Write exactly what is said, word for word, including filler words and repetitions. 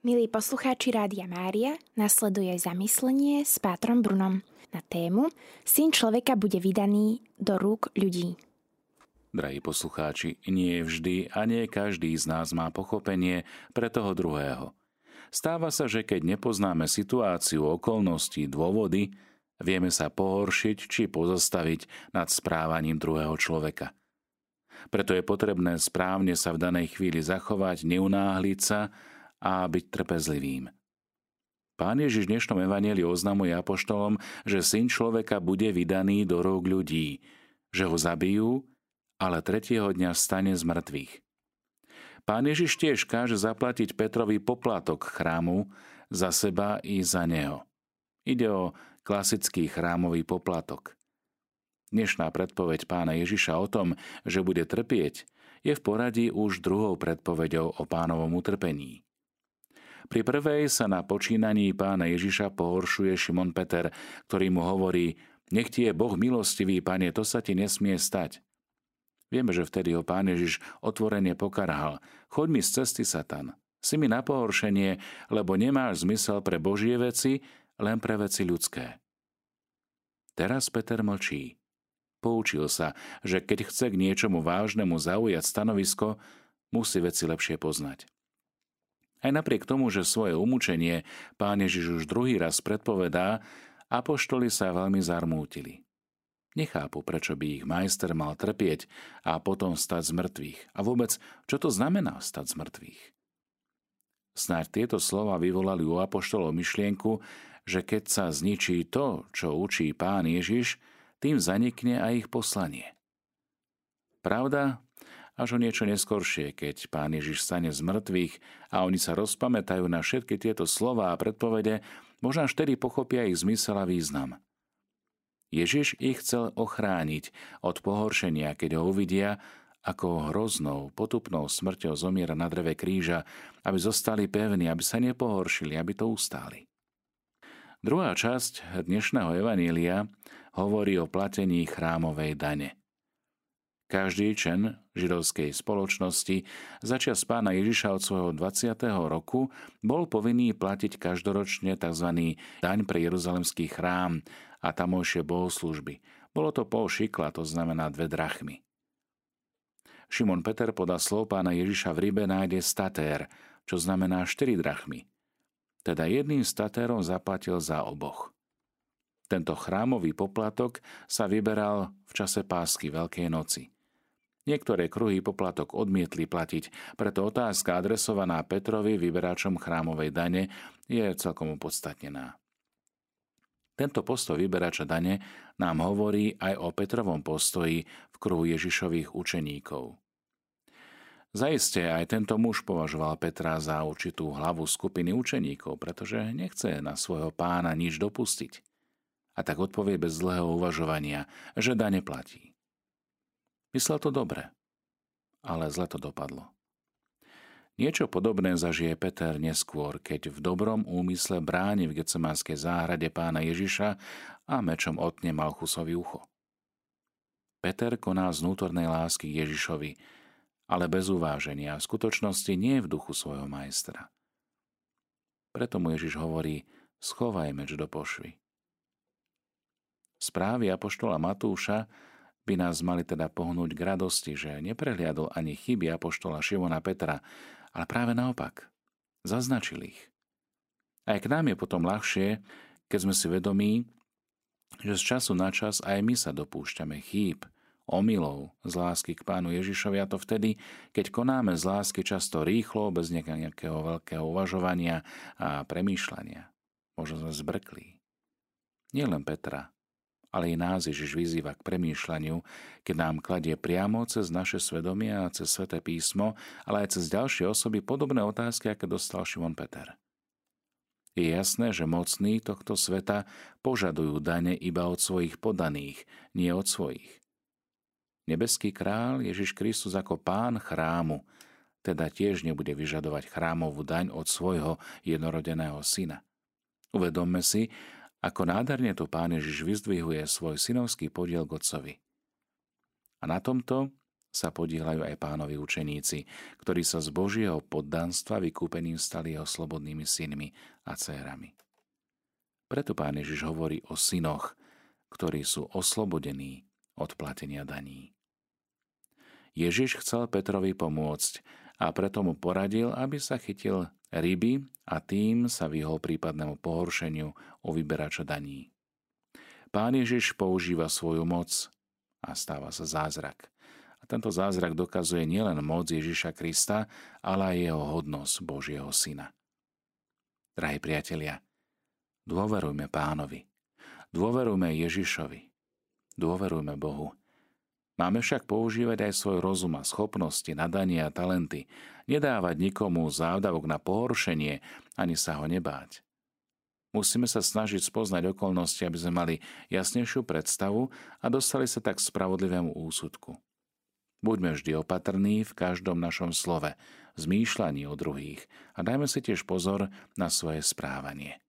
Milí poslucháči Rádia Mária, nasleduje zamyslenie s pátrom Brunom na tému Syn človeka bude vydaný do rúk ľudí. Drahí poslucháči, nie vždy a nie každý z nás má pochopenie pre toho druhého. Stáva sa, že keď nepoznáme situáciu, okolnosti, dôvody, vieme sa pohoršiť či pozastaviť nad správaním druhého človeka. Preto je potrebné správne sa v danej chvíli zachovať, neunáhliť sa a byť trpezlivým. Pán Ježiš v dnešnom evanjeliu oznamuje apoštolom, že Syn človeka bude vydaný do rúk ľudí, že ho zabijú, ale tretieho dňa stane z mŕtvych. Pán Ježiš tiež káže zaplatiť Petrovi poplatok chrámu za seba i za neho. Ide o klasický chrámový poplatok. Dnešná predpoveď Pána Ježiša o tom, že bude trpieť, je v poradí už druhou predpoveďou o Pánovom utrpení. Pri prvej sa na počínaní Pána Ježiša pohoršuje Šimon Peter, ktorý mu hovorí: nech ti je Boh milostivý, Pane, to sa ti nesmie stať. Vieme, že vtedy ho Pán Ježiš otvorene pokarhal: choď mi z cesty, Satan, si mi na pohoršenie, lebo nemáš zmysel pre Božie veci, len pre veci ľudské. Teraz Peter mlčí. Poučil sa, že keď chce k niečomu vážnemu zaujať stanovisko, musí veci lepšie poznať. Aj napriek tomu, že svoje umúčenie Pán Ježiš už druhý raz predpovedá, apoštoli sa veľmi zarmútili. Nechápu, prečo by ich majster mal trpieť a potom stať z mŕtvych. A vôbec, čo to znamená stať z mŕtvych? Snáď tieto slova vyvolali u apoštolov myšlienku, že keď sa zničí to, čo učí Pán Ježiš, tým zanikne aj ich poslanie. Pravda? Až o niečo neskoršie, keď Pán Ježiš stane z mŕtvych a oni sa rozpamätajú na všetky tieto slová a predpovede, možno až vtedy pochopia ich zmysel a význam. Ježiš ich chcel ochrániť od pohoršenia, keď ho uvidia, ako hroznou, potupnou smrťou zomiera na dreve kríža, aby zostali pevní, aby sa nepohoršili, aby to ustáli. Druhá časť dnešného evanjelia hovorí o platení chrámovej dane. Každý člen židovskej spoločnosti začias Pána Ježiša od svojho dvadsiateho roku bol povinný platiť každoročne tzv. Daň pre Jeruzalemský chrám a tamojšie bohoslúžby. Bolo to pol šikla, to znamená dve drachmy. Šimon Peter podľa slov Pána Ježiša v rybe nájde statér, čo znamená štyri drachmy. Teda jedným statérom zaplatil za oboch. Tento chrámový poplatok sa vyberal v čase pásky Veľkej noci. Niektoré kruhy poplatok odmietli platiť, preto otázka adresovaná Petrovi, vyberačom chrámovej dane, je celkom opodstatnená. Tento postoj vyberača dane nám hovorí aj o Petrovom postoji v kruhu Ježišových učeníkov. Zaiste aj tento muž považoval Petra za určitú hlavu skupiny učeníkov, pretože nechce na svojho pána nič dopustiť. A tak odpovie bez dlhého uvažovania, že dane platí. Myslel to dobre, ale zle to dopadlo. Niečo podobné zažije Peter neskôr, keď v dobrom úmysle bráni v Getsemanskej záhrade Pána Ježiša a mečom otne Malchusovi ucho. Peter koná z vnútornej lásky k Ježišovi, ale bez uváženia, v skutočnosti nie v duchu svojho majstra. Preto mu Ježiš hovorí: schovaj meč do pošvy. Správy apoštola Matúša by nás mali teda pohnúť k radosti, že neprehliadol ani chyby apoštola Šimona Petra, ale práve naopak, zaznačil ich. Aj k nám je potom ľahšie, keď sme si vedomí, že z času na čas aj my sa dopúšťame chýb, omylov z lásky k Pánu Ježišovi, a to vtedy, keď konáme z lásky často rýchlo, bez nejakého veľkého uvažovania a premýšľania. Možno sme zbrklí. Nielen Petra, ale i nás Ježiš vyzýva k premýšľaniu, keď nám kladie priamo cez naše svedomie a cez Sväté písmo, ale aj cez ďalšie osoby podobné otázky, aké dostal Šimon Peter. Je jasné, že mocní tohto sveta požadujú dane iba od svojich podaných, nie od svojich. Nebeský král Ježiš Kristus ako pán chrámu, teda tiež nebude vyžadovať chrámovú daň od svojho jednorodeného syna. Uvedomme si, ako nádherne tu Pán Ježiš vyzdvihuje svoj synovský podiel k Otcovi. A na tomto sa podieľajú aj Pánovi učeníci, ktorí sa z Božieho poddanstva vykúpením stali jeho slobodnými synmi a dcérami. Preto Pán Ježiš hovorí o synoch, ktorí sú oslobodení od platenia daní. Ježiš chcel Petrovi pomôcť a preto mu poradil, aby sa chytil ryby a tým sa vyhol prípadnému pohoršeniu u vyberača daní. Pán Ježiš používa svoju moc a stáva sa zázrak. A tento zázrak dokazuje nielen moc Ježiša Krista, ale aj jeho hodnosť Božieho Syna. Drahí priatelia, dôverujme Pánovi, dôverujme Ježišovi, dôverujme Bohu. Máme však používať aj svoj rozum a schopnosti, nadanie a talenty, nedávať nikomu závdavok na pohoršenie, ani sa ho nebáť. Musíme sa snažiť spoznať okolnosti, aby sme mali jasnejšiu predstavu a dostali sa tak k spravodlivému úsudku. Buďme vždy opatrní v každom našom slove, zmýšľaní o druhých a dajme si tiež pozor na svoje správanie.